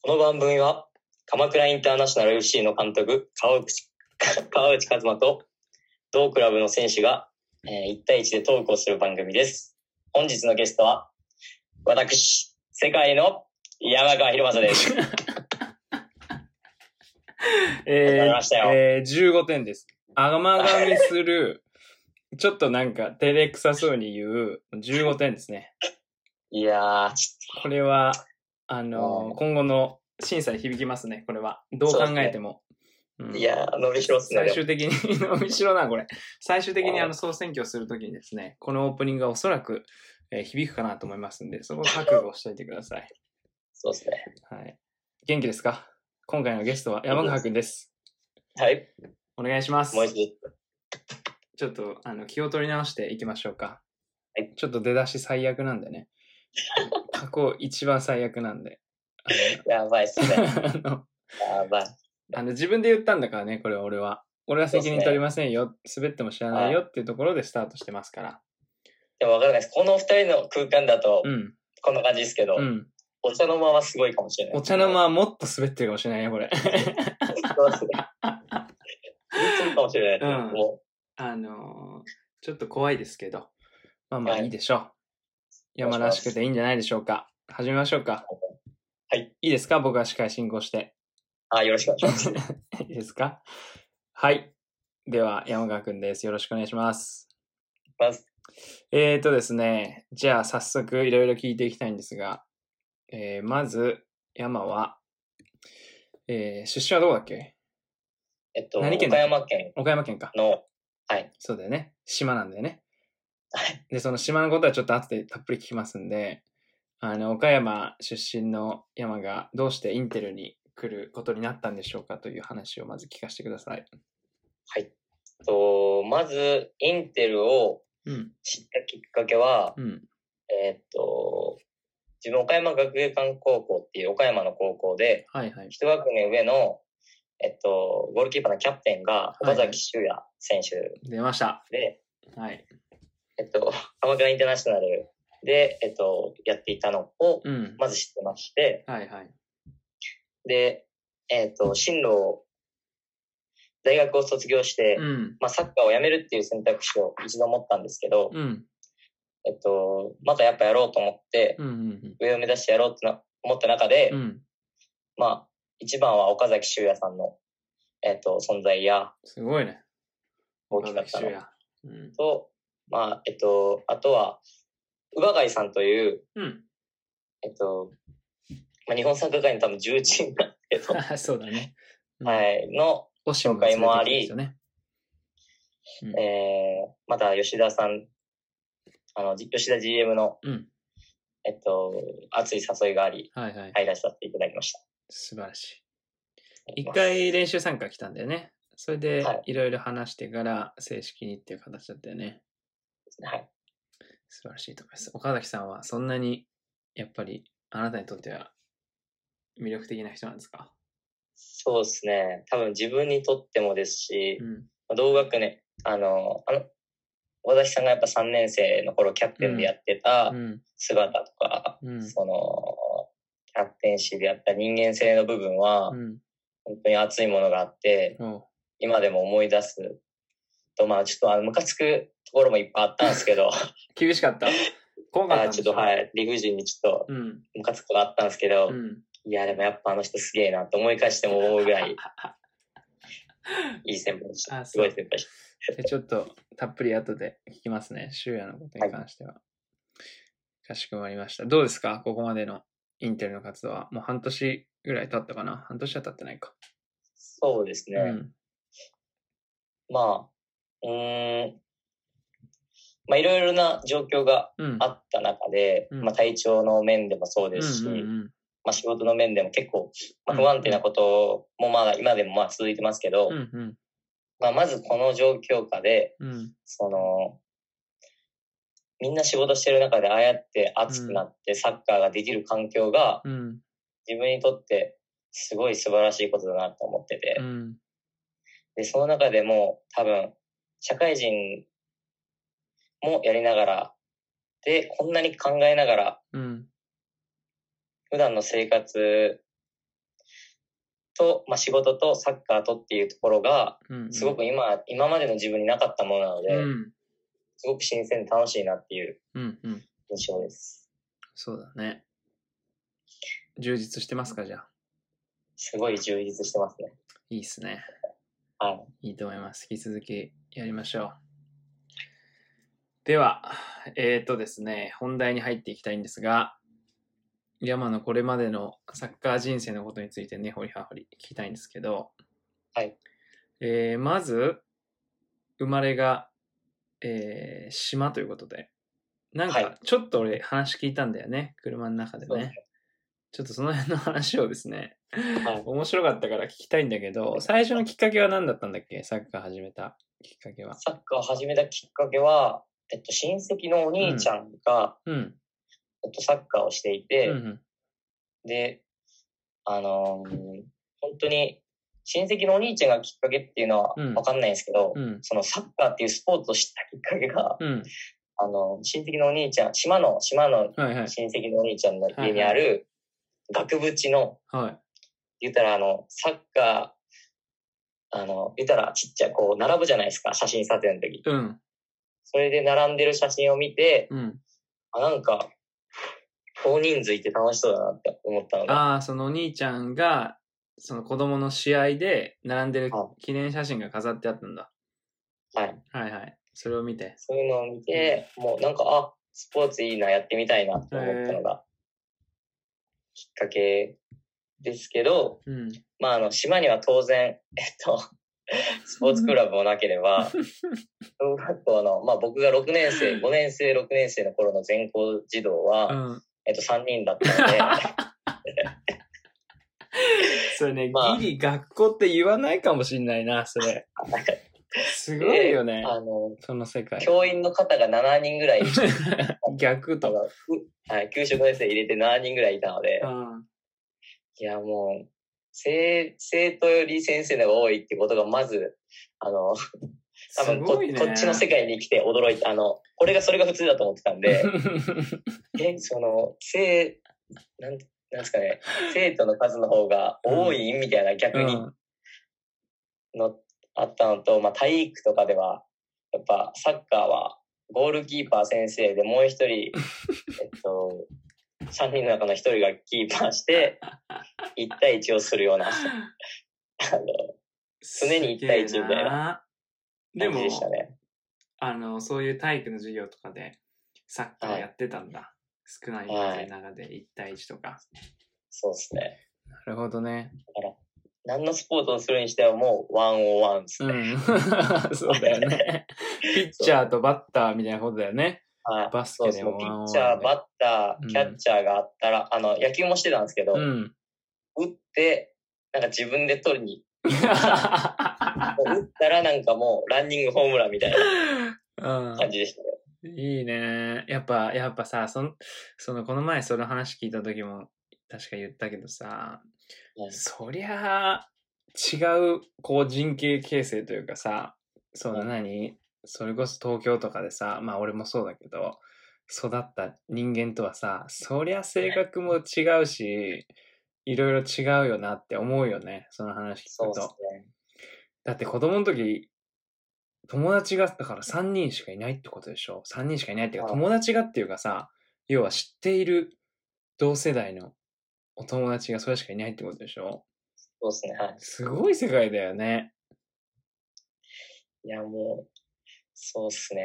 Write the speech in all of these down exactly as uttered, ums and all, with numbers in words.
この番組は鎌倉インターナショナル エフシー の監督川内川内和馬と同クラブの選手が、えー、いち対いちでトークをする番組です。本日のゲストは私世界の山川博正です。 えーえー、じゅうごてんです。甘噛みするちょっとなんか照れくさそうに言うじゅうごてんですね。 いやーちょっとこれはあのー、今後の審査に響きますね。これはどう考えても、 ねうん、いやー伸びしろっすね。 最終的に伸びしろなこれ最終的にあの総選挙をするときにですね、このオープニングがおそらく、えー、響くかなと思いますんで、そこを覚悟しておいてください。 そうですね。 はい。元気ですか？今回のゲストは山川くんです。 はい。 お願いします。 もう一度。 ちょっとあの気を取り直していきましょうか。 はい。 ちょっと出だし最悪なんでね。過去一番最悪なんで。 やばいっすね。やばい。 あの自分で言ったんだからね、これは俺は。俺は責任取りませんよ。滑っても知らないよっていうところでスタートしてますから。 でも分からないです。この二人の空間だと、 うん、 こんな感じですけど、うん、お茶の間はすごいかもしれない。 お茶の間はもっと滑ってるかもしれないよ、これ。 そうですね。するかもしれない、 うん、もうあのー、ちょっと怖いですけど、まあまあいいでしょう。はい、山らしくていいんじゃないでしょうか。始めましょうか。 はい。 いいですか？僕が司会進行して。 あ、よろしくお願いします。 いいですか？はい。では、山川くんです。よろしくお願いします。 ます。 えーとですね、じゃあ早速いろいろ聞いていきたいんですが、えー、まず、山は、えー、出身はどこだっけ？ えっと、何県岡山県。 岡山県か。 の、はい。 そうだよね。島なんだよね。 はい。 で、その島のことはちょっと後でたっぷり聞きますんで、あの、岡山出身の山がどうしてインテルに来ることになったんでしょうかという話をまず聞かせてください。 はい。とまず、インテルを知ったきっかけは、うん、えー、っと、自分岡山学芸館高校っていう岡山の高校で、はいはい、一学年上の、えっと、ゴールキーパーのキャプテンが岡崎修也選手で、はいはい、 出ました。 はい。えっと、鎌倉インターナショナルで、えっと、やっていたのを、まず知ってまして、うん、はいはい。で、えっと、進路を、大学を卒業して、うん、まあ、サッカーをやめるっていう選択肢を一度持ったんですけど、うん、えっと、またやっぱやろうと思って、うんうんうん、上を目指してやろうと思った中で、うん、まあ、一番は岡崎修也さんの、えっと、存在や、 すごいね。 大きかったの。うん、と、まあ、えっと、あとは、宇賀貝さんという、うん、えっと、まあ、日本サッカー界の多分重鎮なんですけど、 そうだね。 うん、はい、の紹介もあり、ねうん、えー、また吉田さん、あの、吉田 ジーエム の、うん、えっと、熱い誘いがあり、はいはい、入らせていただきました。 素晴らしい。一回練習参加来たんだよね。それで、いろいろ話してから正式にっていう形だったよね。 はい。 素晴らしいと思います。岡崎さんはそんなに、やっぱり、あなたにとっては魅力的な人なんですか？ そうですね。多分自分にとってもですし、うん、同学年、あの、あの、小崎さんがやっぱさんねん生の頃キャプテンでやってた姿とか、うん、その、キャプテンシーでやった人間性の部分は、うん、本当に熱いものがあって、うん、今でも思い出すと、まあちょっとあの、ムカつくところもいっぱいあったんですけど。 厳しかった怖かったんですよ。ちょっとはい、理不尽にちょっと、ムカつくことがあったんですけど、うん、いや、でもやっぱあの人すげえなと思い返しても思うぐらい、いい先輩でした。すごい先輩でした。 でちょっとたっぷり後で聞きますね。修也のことに関しては。はい、かしこまりました。どうですか？ここまでのインテルの活動は。もう半年ぐらい経ったかな？半年は経ってないか。 そうですね。うん、まあ、うーん。まあいろいろな状況があった中で、うん、まあ体調の面でもそうですし、うんうんうん、まあ仕事の面でも結構、まあ、不安定なこともまだ今でもまあ続いてますけど、うんうんまあ、まずこの状況下で、うん、その、みんな仕事してる中でああやって熱くなってサッカーができる環境が、うん、自分にとってすごい素晴らしいことだなと思ってて、うん、で、その中でも多分、社会人もやりながら、で、こんなに考えながら、うん、普段の生活と、まあ、仕事とサッカーとっていうところが、すごく今、うんうん、今までの自分になかったものなので、うん、すごく新鮮で楽しいなっていう印象です。 うんうん、そうだね。充実してますか、じゃあ。 すごい充実してますね。 いいっすね。 はい。 いいと思います。引き続きやりましょう。では、えっとですね、本題に入っていきたいんですが、山のこれまでのサッカー人生のことについてね、掘り葉掘り聞きたいんですけど、 はい。 えー、まず、生まれが、えー、島ということで、なんか、ちょっと俺話聞いたんだよね、車の中でね。 はい、 ちょっとその辺の話をですね、はい、面白かったから聞きたいんだけど、最初のきっかけは何だったんだっけ、サッカー始めたきっかけは。 サッカー始めたきっかけは、えっと、親戚のお兄ちゃんが、うん、えっと、サッカーをしていて、うんうん、で、あのー、本当に、親戚のお兄ちゃんがきっかけっていうのはわかんないんですけど、うん、そのサッカーっていうスポーツを知ったきっかけが、うん、あの、親戚のお兄ちゃん、島の、島の親戚のお兄ちゃんの家にある、額縁の、はいはい、言ったらあの、サッカー、あの、言ったらちっちゃい、こう、並ぶじゃないですか、写真撮影の時。うん。それで並んでる写真を見て、うん、あ、なんか、大人数いて楽しそうだなって思ったのが。 ああ、そのお兄ちゃんが、その子供の試合で並んでる記念写真が飾ってあったんだ。 はい。 はいはい。それを見て。 そういうのを見て、うん、もうなんか、あ、スポーツいいな、やってみたいなって思ったのが、きっかけですけど、うん、まあ、あの、島には当然、えっと、スポーツクラブもなければ、小学校の、まあ僕がろくねん生、ごねん生、ろくねん生の頃の全校児童は、うん、えっとさんにんだったので。 それね、まあ、ギリ学校って言わないかもしんないな、それ。すごいよね。あの、その世界。 教員の方がななにんぐらい。 逆と。 はい、給食の先生入れてななにんぐらいいたので。うん、いや、もう、生、生徒より先生の方が多いってことが、まず、あの、多分こ、ね、こっちの世界に来て驚いた。あの、これがそれが普通だと思ってたんで、え、その、生、なん、なんですかね、生徒の数の方が多い、うん、みたいな逆にの、うん、あったのと、まあ体育とかでは、やっぱサッカーはゴールキーパー先生でもう一人、えっと、さんにんの中のひとりがキーパーして、いち対いちをするような、あの、常にいち対いちみたいな感じでしたね。 あの、そういう体育の授業とかでサッカーやってたんだ。はい、少ない人数の中でいち対いちとか。はい、 そうですね。 なるほどね。 だから、何のスポーツをするにしてはもうワンオンワンですね。うん、 そうだよね。ピッチャーとバッターみたいなことだよね。 はい、バスケでもワンオンワンで。ピッチャー、バッター、キャッチャーがあったら、うん、あの、野球もしてたんですけど、うん、打って、なんか自分で取りに打ったらなんかもうランニングホームランみたいな感じでしたね。 うん、いいね。やっぱ、やっぱさ、その、その、この前その話聞いた時も確か言ったけどさ、うん、そりゃ、違う、こう人形形成というかさ、その何、うん、それこそ東京とかでさ、まあ俺もそうだけど、育った人間とはさ、そりゃ性格も違うし、いろいろ違うよなって思うよね、その話聞くと。そうですね。だって子供の時、友達が、だからさんにんしかいないってことでしょ ?さん 人しかいないっていうか、友達がっていうかさ、要は知っている同世代のお友達がそれしかいないってことでしょ？ そうですね、はい。 すごい世界だよね。 いや、もう、そうっすね。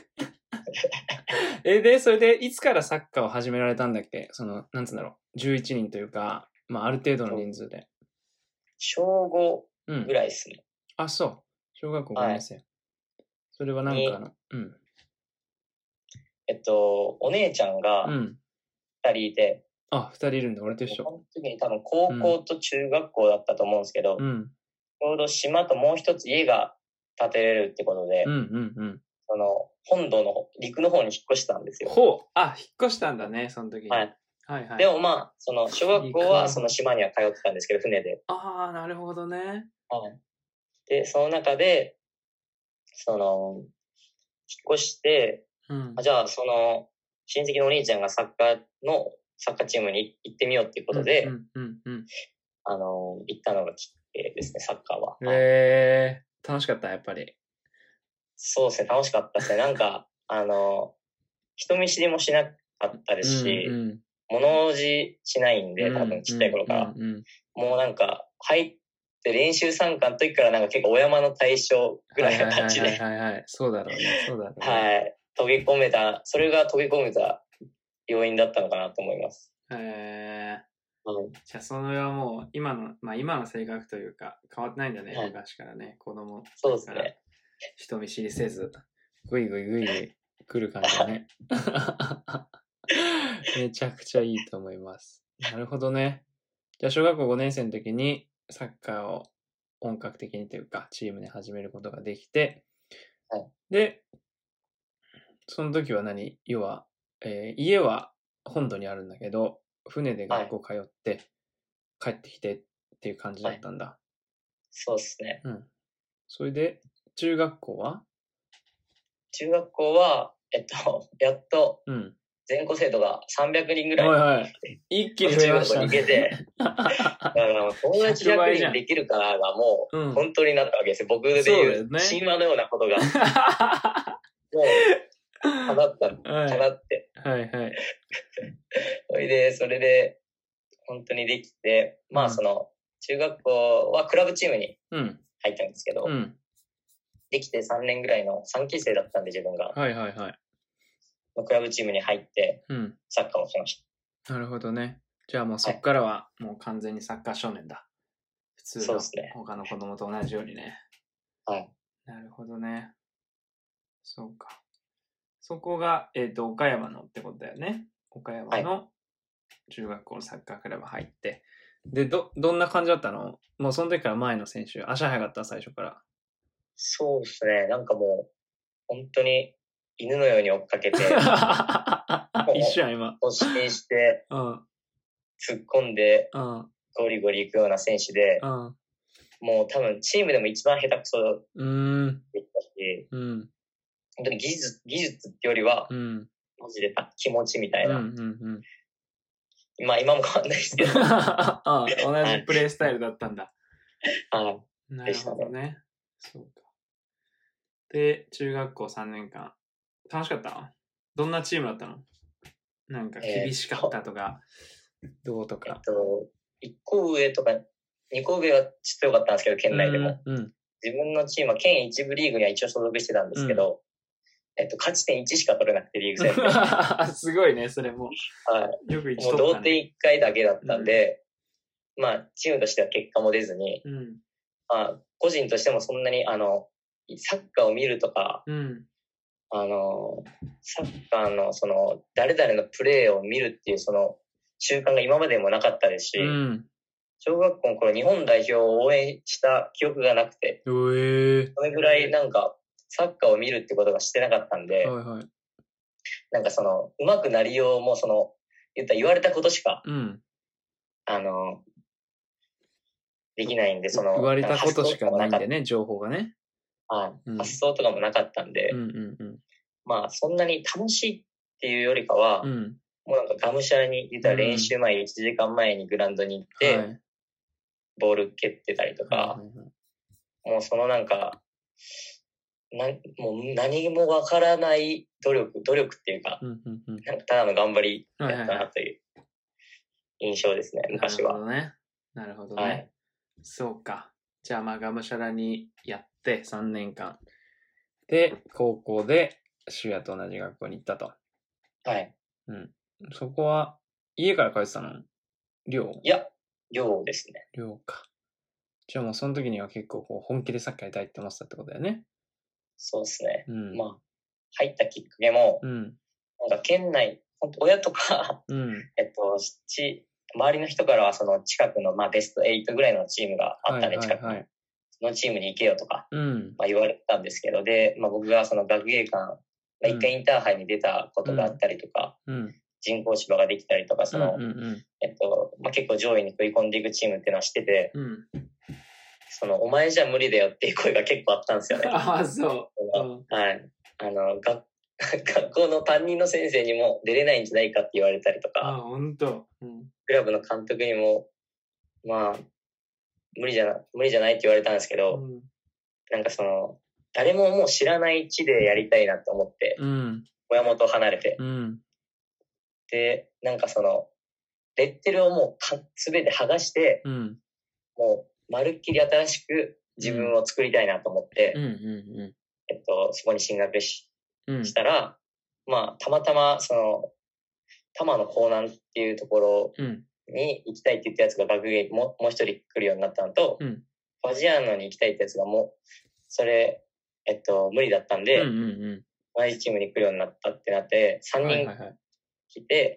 え、で、それで、いつからサッカーを始められたんだっけ？その、なんつうんだろう、じゅういちにんというか、まあ、ある程度の人数で。 小ごぐらいですね、 うん。あ、そう。小学校ごねん生。はい、それはなんかの、うん。 えっと、お姉ちゃんがふたりいて、 うん、あ、ふたりいるんだ、俺と一緒。 その時に多分高校と中学校だったと思うんですけど、うん、ちょうど島ともう一つ家が建てれるってことで、うんうんうん、その本土の陸の方に引っ越したんですよ。 ほう、あ、引っ越したんだね、その時に。 はい。はいはい、でもまあ、その小学校はその島には通ってたんですけど、船で。 ああ、なるほどね。 はい。で、その中で、その、引っ越して、うん、じゃあその、親戚のお兄ちゃんがサッカーの、サッカーチームに行ってみようっていうことで、うんうんうんうん、 あの、行ったのがきっかけですね、サッカーは。 へえー、楽しかった、やっぱり。 そうですね、楽しかったですね。なんか、あの、人見知りもしなかったですし、うんうん、物おじしないんで、多分ちっちゃい頃から。うんうんうん、もうなんか、入って練習参加の時からなんか結構お山の対象ぐらいの感じで。 はいはいはいはい、はい。そうだろうね、そうだろうね。 はい。飛び込めた、それが飛び込めた要因だったのかなと思います。 へえー。うん、じゃあそれはもう今の、まあ今の性格というか変わってないんだね、はい、昔からね、子供。 そうですね。 人見知りせず、ぐいぐいぐいぐい来る感じだね。めちゃくちゃいいと思います。なるほどね。じゃあ小学校ごねん生の時にサッカーを本格的にというかチームで始めることができて、はい、で、その時は何要は、えー、家は本土にあるんだけど、船で学校通って帰ってきてっていう感じだったんだ。はい、 そうですね。 うん。それで、中学校は中学校は、えっと、やっと、全校生徒がさんびゃくにんぐらい、はいはい、 一気に増えましたね。 中学校に行けて、だから友達ひゃくにんできるからがもう、本当になったわけですよ。僕で言う、神話のようなことが、もう、叶った、叶って。 はいはい。 それで、それで、本当にできて、まあその、中学校はクラブチームに入ったんですけど、うんうんできてさんねんぐらいのさんき生だったんで自分が。 はいはいはい。 クラブチームに入って、サッカーをしました、 うん。なるほどね。じゃあもうそっからはもう完全にサッカー少年だ。はい、普通の他の子供と同じようにね。 はい。 なるほどね。そうか。そこが、えっと、岡山のってことだよね。岡山の中学校のサッカークラブ入って。で、ど、どんな感じだったの？もうその時から前の選手、足早かった最初から。 そうですね。なんかもう、本当に犬のように追っかけて、 一緒や今。 突進して、うん、突っ込んで、うん、ゴリゴリ行くような選手で、うん、もう多分チームでも一番下手くそできたし、うん、本当に技術、技術ってよりは、うん、マジで気持ちみたいな。うんうんうん、まあ今も変わんないですけど。 ああ、同じプレースタイルだったんだ。 はい。 なるほどね。そうか。で、中学校さんねんかん。楽しかった？どんなチームだったの？なんか厳しかったとか、えー、どうとか。 えっと、いっこ上とかにこ上はちょっと良かったんですけど、県内でも。うんうん、自分のチームは県一部リーグには一応所属してたんですけど、うん、えっと、勝ち点いちしか取れなくて、リーグ戦で。すごいね、それも。 はい。よくいち取ったね。もう同点いっかいだけだったんで、うん、まあ、チームとしては結果も出ずに、うん、まあ、個人としてもそんなに、あの、サッカーを見るとか、うん、あの、サッカーのその、誰々のプレーを見るっていうその習慣が今までもなかったですし、うん、小学校の頃日本代表を応援した記憶がなくて、えー、それぐらいなんかサッカーを見るってことがしてなかったんで、はいはい、なんかその、上手くなりようもその、言ったら言われたことしか、うん、あの、できないんで、その、 言われたことしかないんでね、情報がね。 はい、うん、発想とかもなかったんで、うんうんうん、まあそんなに楽しいっていうよりかは、うん、もうなんかがむしゃらに言ったら練習前いちじかんまえにグラウンドに行って、はい、ボール蹴ってたりとか、はいはいはい、もうそのなんか、なもう何もわからない努力、努力っていうか、うんうんうん、なんかただの頑張りだったなという印象ですね、はいはいはい、昔は。 なるほどね。なるほどね。はい、そうか。じゃあまあがむしゃらにやってさんねんかん。で、高校で修也と同じ学校に行ったと。 はい。 うん。そこは、家から帰ってたの？寮？ いや、寮ですね。 寮か。じゃあもうその時には結構こう本気でサッカーやりたいって思ってたってことだよね。 そうですね。うん、まあ、入ったきっかけも、うん、なんか県内、本当親とか、うん、えっと、ち、周りの人からはその近くの、まあ、ベストはちぐらいのチームがあったんで、近くに。はいはいはい、そのチームに行けよとか、うんまあ、言われてたんですけど、で、まあ、僕がその学芸館、まあ、一回インターハイに出たことがあったりとか、うん、人工芝ができたりとか、その、うんうんうんえっとまあ、結構上位に食い込んでいくチームっていうのは知ってて、うん、その、お前じゃ無理だよっていう声が結構あったんですよね。 ああ、そう。 うん、はい。あの、学学校の担任の先生にも出れないんじゃないかって言われたりとか、 あ、本当。うん、 クラブの監督にも、まあ、 無理じゃな、無理じゃないって言われたんですけど、うん、なんかその、誰ももう知らない地でやりたいなって思って、うん、親元を離れて、うん、で、なんかその、レッテルをもうか全て剥がして、うん、もうまるっきり新しく自分を作りたいなと思って、うんうんうんうん、えっと、そこに進学 し,、うん、したら、まあ、たまたま、その、多摩の江南っていうところに行きたいって言ったやつが学芸ももう一人来るようになったのと、うん、ファジアーノに行きたいってやつがもう、それ、えっと、無理だったんで、うんうんうん、同じチームに来るようになったってなって、さんにん来て、はいはいはい、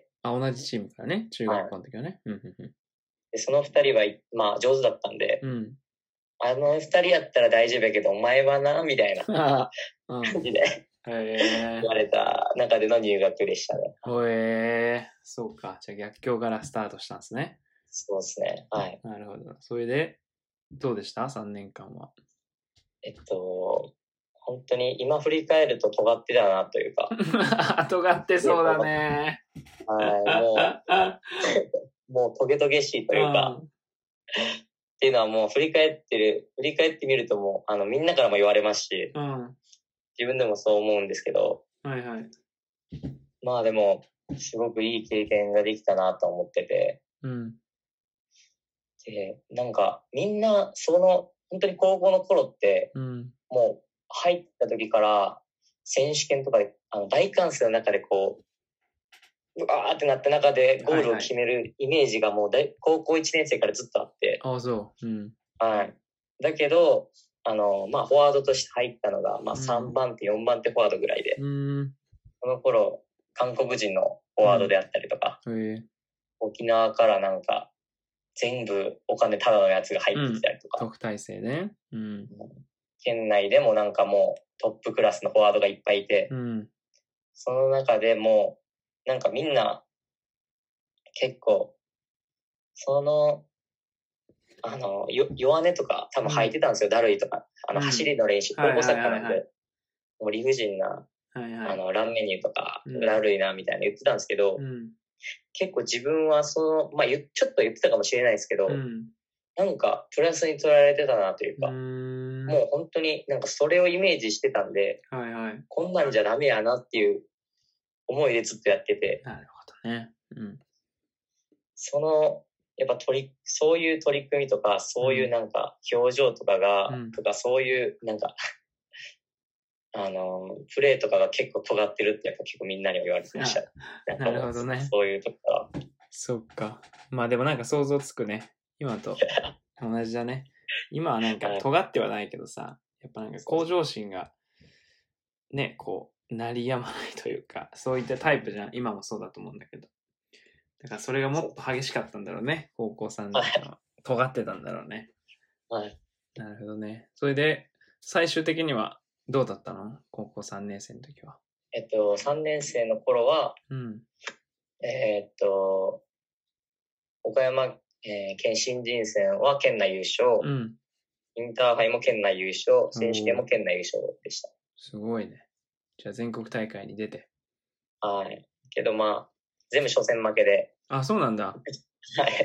あ、同じチームからね、中学校の時はね。はい、 でそのふたりは、まあ、上手だったんで、うん、あのふたりやったら大丈夫やけど、お前はな、みたいな感じで。言われた中での入学でしたね。 へえー、そうか。じゃあ逆境からスタートしたんですね。 そうですね。はい。 なるほど。それで、どうでした ?さん 年間は。 えっと、本当に今振り返ると尖ってたなというか。 尖ってそうだね。 はい、もう、もうトゲトゲしいというか。っていうのはもう振り返ってる、振り返ってみるともう、あの、みんなからも言われますし、うん、自分でもそう思うんですけど、はいはい。まあでも、すごくいい経験ができたなと思ってて、うん。で、なんか、みんな、その、本当に高校の頃って、うん、もう、入った時から、選手権とかで、あの、大歓声の中でこう、うわーってなった中でゴールを決めるイメージがもう大、高校いちねん生からずっとあって。 ああ、そう。うん。 はい。だけど、あの、まあ、フォワードとして入ったのが、まあ、さんばん手、よんばん手フォワードぐらいで、うん、その頃、韓国人のフォワードであったりとか、うん、沖縄からなんか、全部お金タダのやつが入ってきたりとか。 うん、特待生ね。うん。 県内でもなんかもうトップクラスのフォワードがいっぱいいて、うん、その中でもう、なんかみんな、結構、その、あの、よ弱音とか多分履いてたんですよ、うん、だるいとか。あの、うん、走りの練習、高校サッカーなんで、はいはいはいはい、もう理不尽な、はいはい、あの、ランメニューとか、だるいな、みたいな言ってたんですけど、うん、結構自分はその、まあ、ちょっと言ってたかもしれないですけど、うん、なんか、プラスに取られてたなというか、うーん、もう本当になんかそれをイメージしてたんで、はいはい、こんなんじゃダメやなっていう思いでずっとやってて。 なるほどね。うん。 その、やっぱ取り、そういう取り組みとか、そういうなんか表情とかが、うん、とかそういうなんか、あの、プレーとかが結構尖ってるってやっぱ結構みんなにも言われてました。 なるほどね。 そういうとこから。 そっか。まあでもなんか想像つくね。今と同じだね。今はなんか尖ってはないけどさ、やっぱなんか向上心がね、こう、鳴りやまないというか、そういったタイプじゃん。今もそうだと思うんだけど。だからそれがもっと激しかったんだろうね。高校さん年間は。尖ってたんだろうね。 はい。 なるほどね。それで、最終的にはどうだったの？高校さんねん生の時は。 えっと、さんねん生の頃は、うん、えー、っと、岡山、えー、県新人戦は県内優勝、うん、インターハイも県内優勝、選手権も県内優勝でした。 すごいね。じゃあ全国大会に出て。 はい。けどまあ、全部初戦負けで。 あ、そうなんだ。 はい。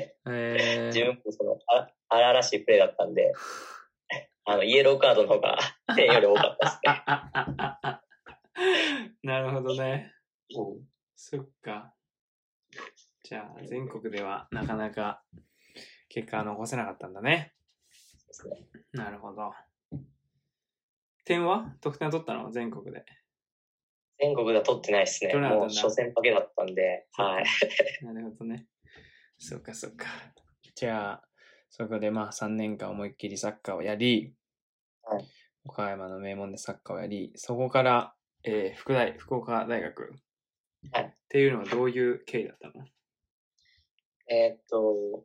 えー、自分もその、あ荒々しいプレーだったんで、あの、イエローカードの方が点より多かったですね。なるほどね。うん、そっか。じゃあ、全国ではなかなか結果は残せなかったんだね。そうですね。なるほど。点は得点は取ったの？全国で。 全国では取ってないですね。もう初戦負けだったんで。はい。 なるほどね。そっかそっか。じゃあ、そこでまあさんねんかん思いっきりサッカーをやり、はい、岡山の名門でサッカーをやり、そこから、えー、福大、福岡大学、はい、っていうのはどういう経緯だったの？ えー、っと、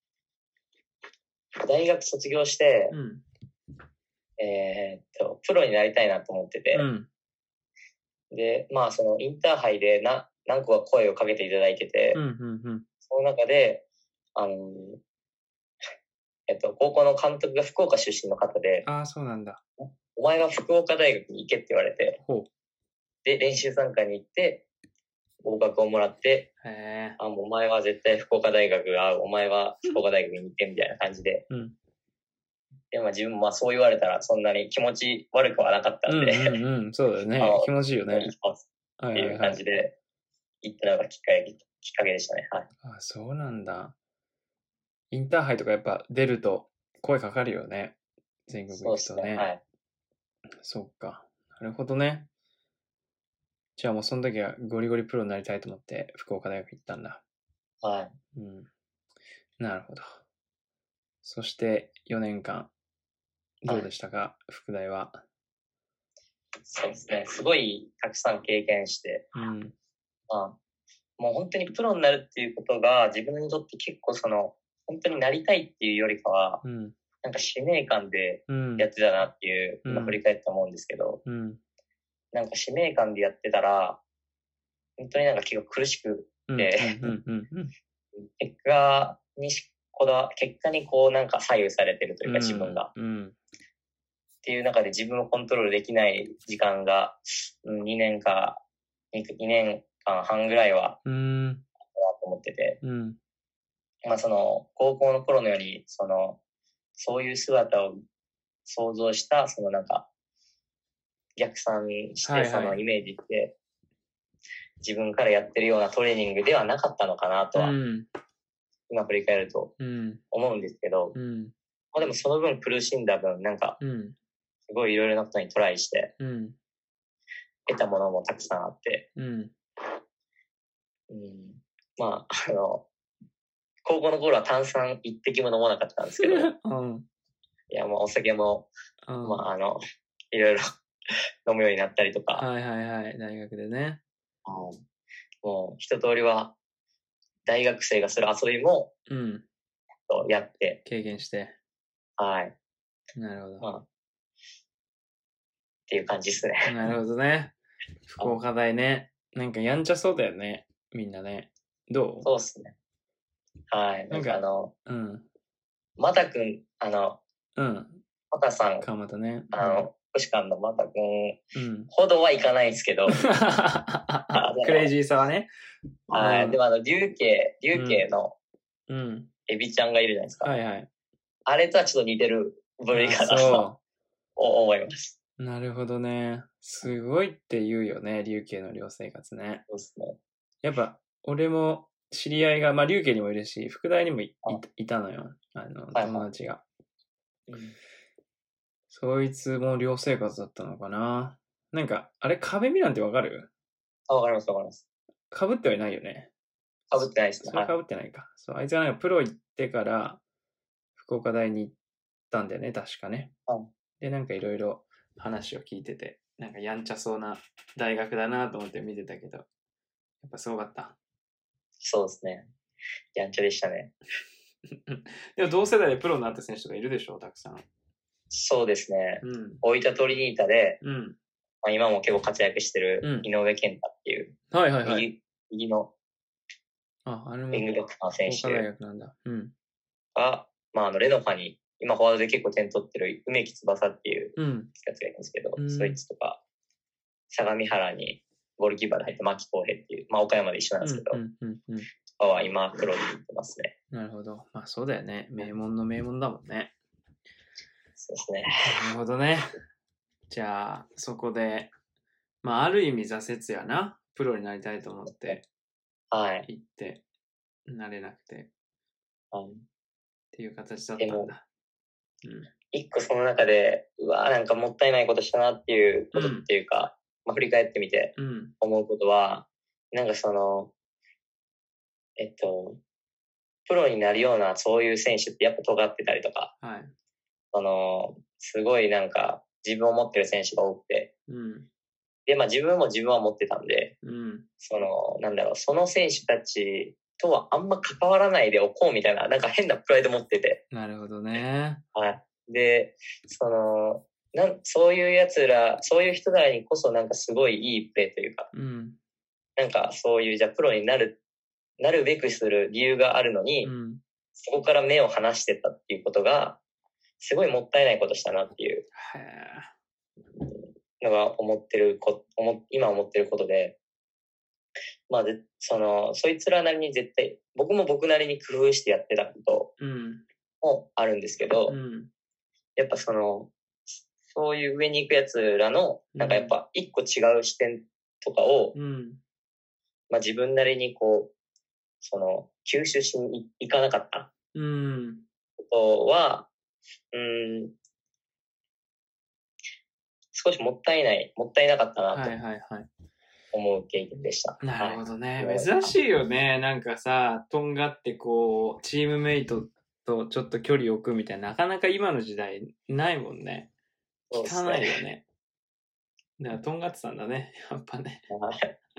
大学卒業して、うん、えー、っと、プロになりたいなと思ってて、うん、で、まあそのインターハイでな何個か声をかけていただいてて、うんうんうん、その中で、あの、えっと、高校の監督が福岡出身の方で、 ああ、そうなんだ。 お前は福岡大学に行けって言われて、ほうで、練習参加に行って、合格をもらって、へあ、もうお前は絶対福岡大学が合う、お前は福岡大学に行ってみたいな感じで、うん、 でも自分もまあそう言われたらそんなに気持ち悪くはなかったんで。 うんうんうん、そうだよね。気持ちいいよね。 っていう感じで行ったのがきっかけ、きっかけでしたね。はい。 あ、そうなんだ。インターハイとかやっぱ出ると声かかるよね。全国行くとね。そうですね。はい。そっか。なるほどね。じゃあもうその時はゴリゴリプロになりたいと思って福岡大学行ったんだ。 はい。 うん。なるほど。そしてよねんかん、どうでしたか、はい、副大は。 そうですね。すごいたくさん経験して、うん、まあ、もう本当にプロになるっていうことが自分にとって結構その、本当になりたいっていうよりかは、うん、なんか使命感でやってたなっていう、うん、今振り返って思うんですけど、うん、なんか使命感でやってたら、本当になんか結構苦しくて、結果にこだわ、結果にこうなんか左右されてるというか自分が。うんうん、っていう中で自分をコントロールできない時間が、うん、にねんか、にねんかんはんぐらいは、あったなと思ってて。うん、まあその、高校の頃のように、その、そういう姿を想像した、そのなんか、逆算して、そのイメージって、自分からやってるようなトレーニングではなかったのかなとは、うん、今振り返ると思うんですけど、うん、まあでもその分苦しんだ分、なんか、すごいいろいろなことにトライして、うん、得たものもたくさんあって、うんうん、まあ、あの、高校の頃は炭酸一滴も飲まなかったんですけど、うん、いや、もうお酒も、うん、まあ、あの、いろいろ飲むようになったりとか。 はいはいはい、大学でね。 うん、もう一通りは、大学生がする遊びも、うん、やって。 経験して。 はい。 なるほど。 まあ、っていう感じですね。 なるほどね。福岡大ね。なんかやんちゃそうだよね。みんなね。どう？ そうっすね。はい。なんかあの、うん。またくん、あの、うん。またさん。 かまたね。 うん、あの、福祉館のまたくんほどはいかないんですけど。 クレイジーさはね。 はい。うん、でもあの、竜慶、竜慶の、うん。エビちゃんがいるじゃないですか。はいはい。あれとはちょっと似てる部類かなと思います。 なるほどね。すごいって言うよね、竜慶の寮生活ね。 そうですね。 やっぱ、俺も知り合いが、まあ、竜慶にもいるし、福大にも い, いたのよ。あの、友達が。はいはい、うん、そいつも寮生活だったのかな。なんか、あれ、壁見なんてわかる？ あ、わかりますわかります。 被ってはいないよね。 被ってないですね。 それ被ってないか。はい、そう、あいつはなんかプロ行ってから、福岡大に行ったんだよね、確かね。はい、で、なんかいろいろ話を聞いてて、なんかやんちゃそうな大学だなと思って見てたけど、やっぱすごかった。 そうですね。やんちゃでしたね。 でも同世代でプロになった選手とかいるでしょ、たくさん。 そうですね。うん、大分トリニータで、うん、まあ、今も結構活躍してる井上健太っていう、うん、はいはいはい、右, 右のあ、あれもウィングバックの選手大学なんだ、うん、 が、まあ、あのレノファに今フォワードで結構点取ってる梅木翼っていうやつがいるんですけど、うん、そいつとか相模原にゴールキーパーで入って牧康平っていう、まあ、岡山で一緒なんですけど、うんうんうんうん、とかは今プロに行ってますね。 なるほど。まあそうだよね。名門の名門だもんね。 そうですね。 なるほどね。じゃあそこで、まあある意味挫折やな。プロになりたいと思って行って、はい、なれなくて、はい、っていう形だったんだ。 うん、一個その中で、うわーなんかもったいないことしたなっていうことっていうか、うん、まあ、振り返ってみて思うことは、うん、なんかその、えっと、プロになるようなそういう選手ってやっぱ尖ってたりとか、はい、その、すごいなんか自分を持ってる選手が多くて、うん、で、まあ自分も自分は持ってたんで、うん、その、なんだろう、その選手たちとはあんま関わらないでおこうみたいな、なんか変なプライド持ってて。 なるほどね。 はい。で、その、なんそういう奴ら、そういう人らにこそなんかすごいいいプレーというか、うん、なんかそういう、じゃあプロになる、なるべくする理由があるのに、うん、そこから目を離してたっていうことが、すごいもったいないことしたなっていうのが思ってるこ、今思ってることで、まあで、その、そいつらなりに絶対、僕も僕なりに工夫してやってたこともあるんですけど、うん、 やっぱその、そういう上に行くやつらの、なんかやっぱ一個違う視点とかを、うん、まあ自分なりにこう、その、吸収しに行かなかったことは、うん、うん少しもったいない、もったいなかったなと思う経験でした。 はいはいはい、なるほどね、はい。珍しいよね。なんかさ、とんがってこう、チームメイトとちょっと距離を置くみたいな、なかなか今の時代ないもんね。聞かないよね。だからとんがってたんだね、やっぱね。わ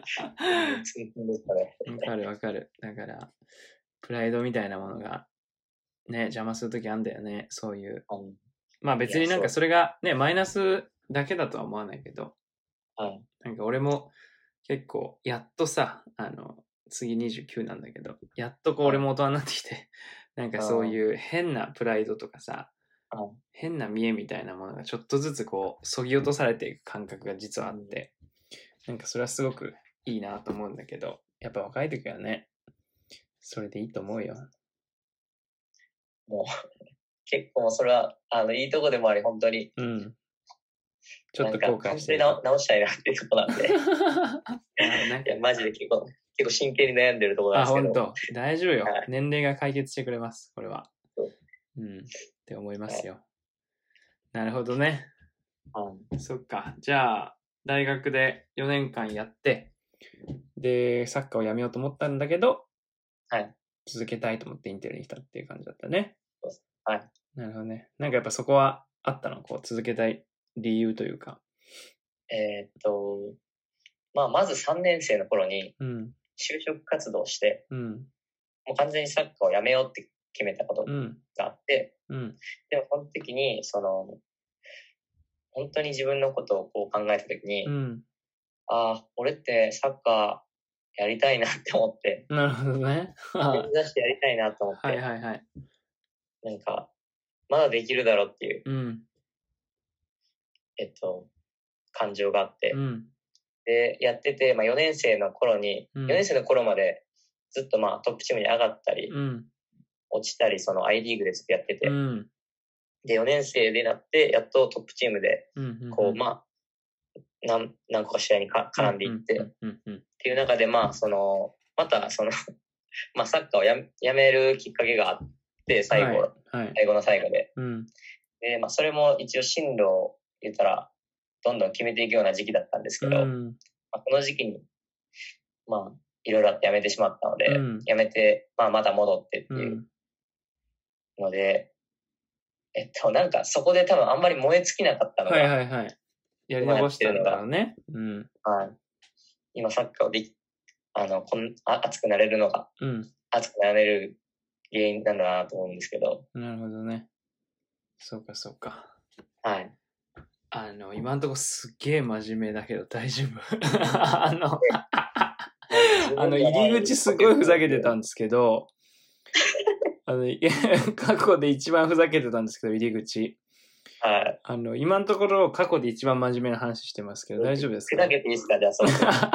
かるわかる。だから、プライドみたいなものが、ね、邪魔するときあんだよね、そういう。うん、まあ別になんかそれがね、マイナスだけだとは思わないけど、うん、なんか俺も結構、やっとさ、あの、次にじゅうきゅうなんだけど、やっとこう俺も大人になってきて、なんかそういう変なプライドとかさ、うん、変な見栄みたいなものがちょっとずつこう、そぎ落とされていく感覚が実はあって、うん、なんかそれはすごくいいなと思うんだけど、やっぱ若い時はね、それでいいと思うよ。 もう、結構それは、あの、いいとこでもあり、本当に。うん。ちょっと後悔してる。本当に直したいなっていうとこなんで。いや、マジで結構、結構真剣に悩んでるところなんですけど。 あ、本当。大丈夫よ、はい。年齢が解決してくれます、これは。うん。って思いますよ。はい、なるほどね。うん。そっか。じゃあ、大学でよねんかんやって、で、サッカーをやめようと思ったんだけど、はい。続けたいと思ってインテルに来たっていう感じだったね。はい。なるほどね。なんかやっぱそこはあったの？こう続けたい理由というか。 えー、っと、まあ、まずさんねん生の頃に、就職活動して、うん、もう完全にサッカーをやめようって決めたことがあって、うんうん、でもその時に、その、本当に自分のことをこう考えた時に、うん、ああ、俺ってサッカーやりたいなって思って。 なるほどね。 目指してやりたいなと思って。はいはいはい。なんか、まだできるだろうっていう、うん、えっと、感情があって。うん、で、やってて、まあよねん生の頃に、うん、よねん生の頃までずっとまあトップチームに上がったり、うん、落ちたり、その I リーグでずっとやってて、うん、で、よねん生でなって、やっとトップチームで、こう、まあ、何、何個か試合にか絡んでいって、っていう中で、まあ、その、また、その、まあ、サッカーをややめるきっかけがあって、最後、はいはい、最後の最後で。うん、で、まあ、それも一応進路を言ったら、どんどん決めていくような時期だったんですけど、うん、まあ、この時期に、まあ、いろいろあってやめてしまったので、うん、やめて、まあ、また戻ってっていうので、えっと、なんかそこで多分あんまり燃え尽きなかったのが、はいはいはい。 やり残したんだろうね。うん。 はい。今サッカーをでき、あの、こんあ熱くなれるのが、うん、熱くなれる原因なんだなと思うんですけど。 なるほどね。そうかそうか。 はい。 あの、今のところすっげえ真面目だけど大丈夫あの、あの、入り口すごいふざけてたんですけど、あの、過去で一番ふざけてたんですけど、入り口。はい。あの、今のところ過去で一番真面目な話してますけど、大丈夫ですか？ ふざけていいですか？じゃあ、そう。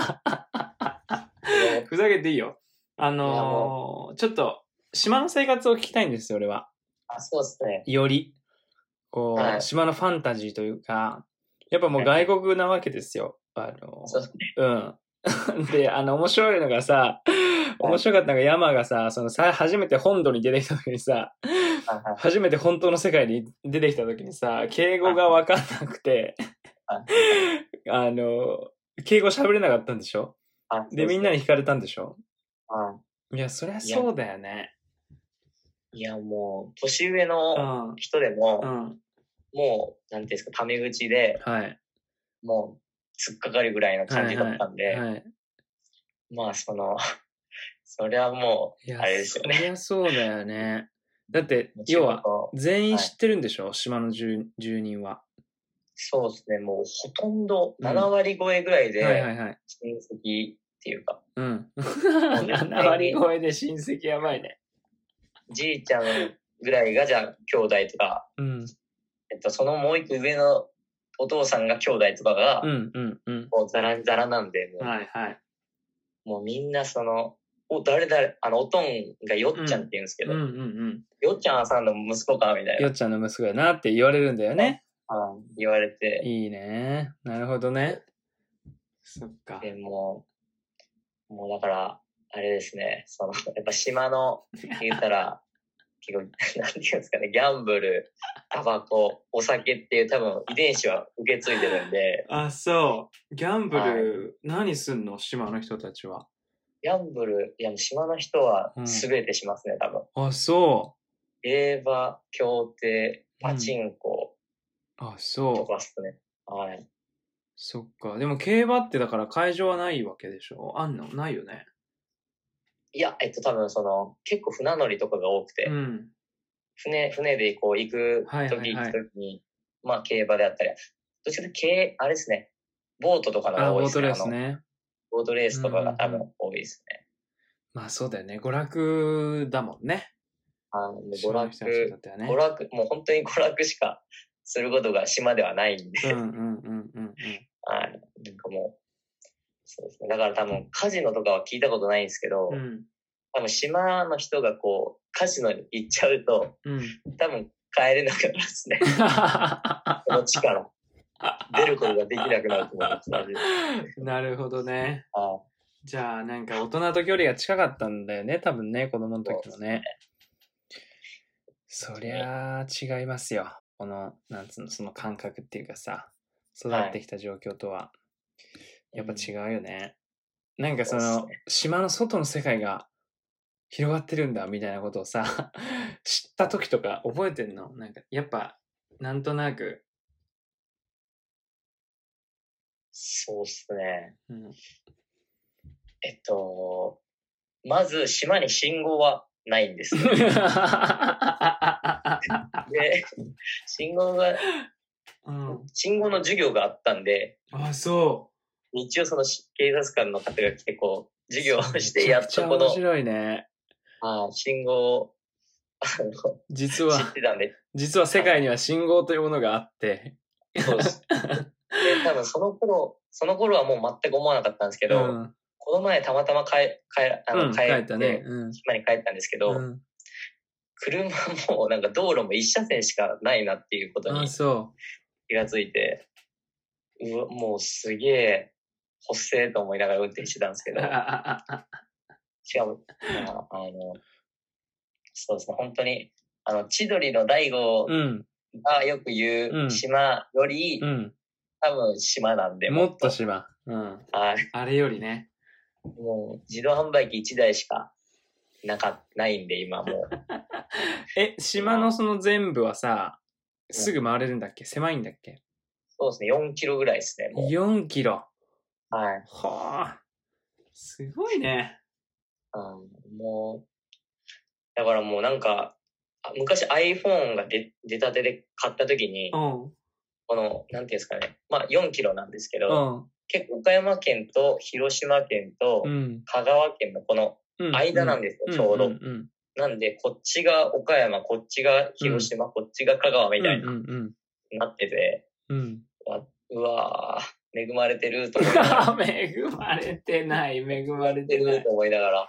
ふざけていいよ。あのー、ちょっと、島の生活を聞きたいんですよ、俺は。 あ、そうですね。 より、こう、はい、島のファンタジーというか、やっぱもう外国なわけですよ。あの、そうですね。うん。で、あの、面白いのがさ、面白かったのが山がさ、そのさ、初めて本土に出てきた時にさ、初めて本当の世界に出てきた時にさ、敬語が分かんなくて、あの、敬語喋れなかったんでしょ？で、みんなに惹かれたんでしょ？いや、そりゃそうだよね。 いや、もう、年上の人でも、うん、もう、なんていうんですか、タメ口で、はい、もう、突っかかるぐらいの感じだったんで、はいはいはい、まあ、その、そりゃもう、あれですよね。 そりゃそうだよね。だって、要は、全員知ってるんでしょ、はい、島の住人は。 そうですね、もうほとんどななわり超えぐらいで、親戚っていうか。うん。 ななわり超えで親戚やばいね。 じいちゃんぐらいがじゃあ兄弟とか、うん、えっと、そのもう一個上のお父さんが兄弟とかが、うんうんうん、もうザラザラなんで、もう、はいはい、もうみんなその、 お、誰誰、あの、おとんがよっちゃんって言うんですけど、 うんうんうん、 よっちゃんさんの息子かみたいな。 よっちゃんの息子やなって言われるんだよね。 ああ言われて。 いいね。なるほどね。そっか。 でも、もうだから、あれですね、その、やっぱ島の、言ったら、結構、なんていうんですかね、ギャンブル、タバコ、お酒っていう多分遺伝子は受け継いでるんで。 あ、そう。ギャンブル、はい、何すんの島の人たちは。 ギャンブル、いや、島の人は全てしますね、うん、多分。 あ、そう。 競馬、競艇、パチンコ。 うん、あ、そう。 とかっすね。はい。 そっか。でも競馬ってだから会場はないわけでしょ？あんの？ないよね。 いや、えっと多分その、結構船乗りとかが多くて、うん、船、船でこう行く時、はいはいはい、行く時に、まあ競馬であったり、どっちかというと競、あれですね、ボートとかのが多いですね。 あ、ボートレースね。 ボートレースとかが多分多いですね。 うんうん、まあそうだよね。娯楽だもんね。 あの娯楽、ね、娯楽、もう本当に娯楽しかすることが島ではないんで。うんうんうんうんうん。はい。なんかもう、そうですね。だから多分カジノとかは聞いたことないんですけど、うん、多分島の人がこう、カジノに行っちゃうと、うん、多分帰れなくなるんですね。この力。出ることができなくなると思います。 なるほどね。ああじゃあなんか大人と距離が近かったんだよね。多分ね、子供の時もね。そりゃあ違いますよ。この、なんつうの、その感覚っていうかさ、育ってきた状況とは。はい、やっぱ違うよね。うん、なんかその、ね、島の外の世界が広がってるんだみたいなことをさ、知った時とか覚えてんの？なんか、やっぱ、なんとなく。 そうっすね。うん、えっと、まず島に信号はないんですよ。で、信号が、うん、信号の授業があったんで、 あ、そう。 一応その警察官の方が来てこう、授業をしてやっとこの、 面白いね。 あ信号を、あの、 実は、 知ってたんで。 実は世界には信号というものがあって。 そうです。で、多分その頃、その頃はもう全く思わなかったんですけど、うん、この前たまたま帰、帰、あの、帰って、うん、帰ったね、うん、島に帰ったんですけど、うん、車もなんか道路も一車線しかないなっていうことに気がついて、うわもうすげえ、ほっせーと思いながら運転してたんですけど、しかも、まあ、あの、そうですね、本当に、あの、千鳥の大悟がよく言う島より、うんうん、多分島なんで、 もっと島。うん。はい。あれよりね。 もう、自動販売機いちだいしかなか、ないんで、今もう。 え、島のその全部はさ、すぐ回れるんだっけ？狭いんだっけ？ そうですね、よんキロぐらいですね、もう。 よんキロ。 はい。 はあ。すごいね。 うん、もう、だからもうなんか、昔 iPhone が出、出たてで買った時に、うん、この、なんていうんですかね、まあよんキロなんですけど、うん、結構岡山県と広島県と香川県のこの間なんですよ、うん、ちょうど、うんうんうん。なんで、こっちが岡山、こっちが広島、うん、こっちが香川みたいな、うんうんうん、なってて、うん、うわぁ、恵まれてると思いながら。 恵まれてない、恵まれてないと思いながら。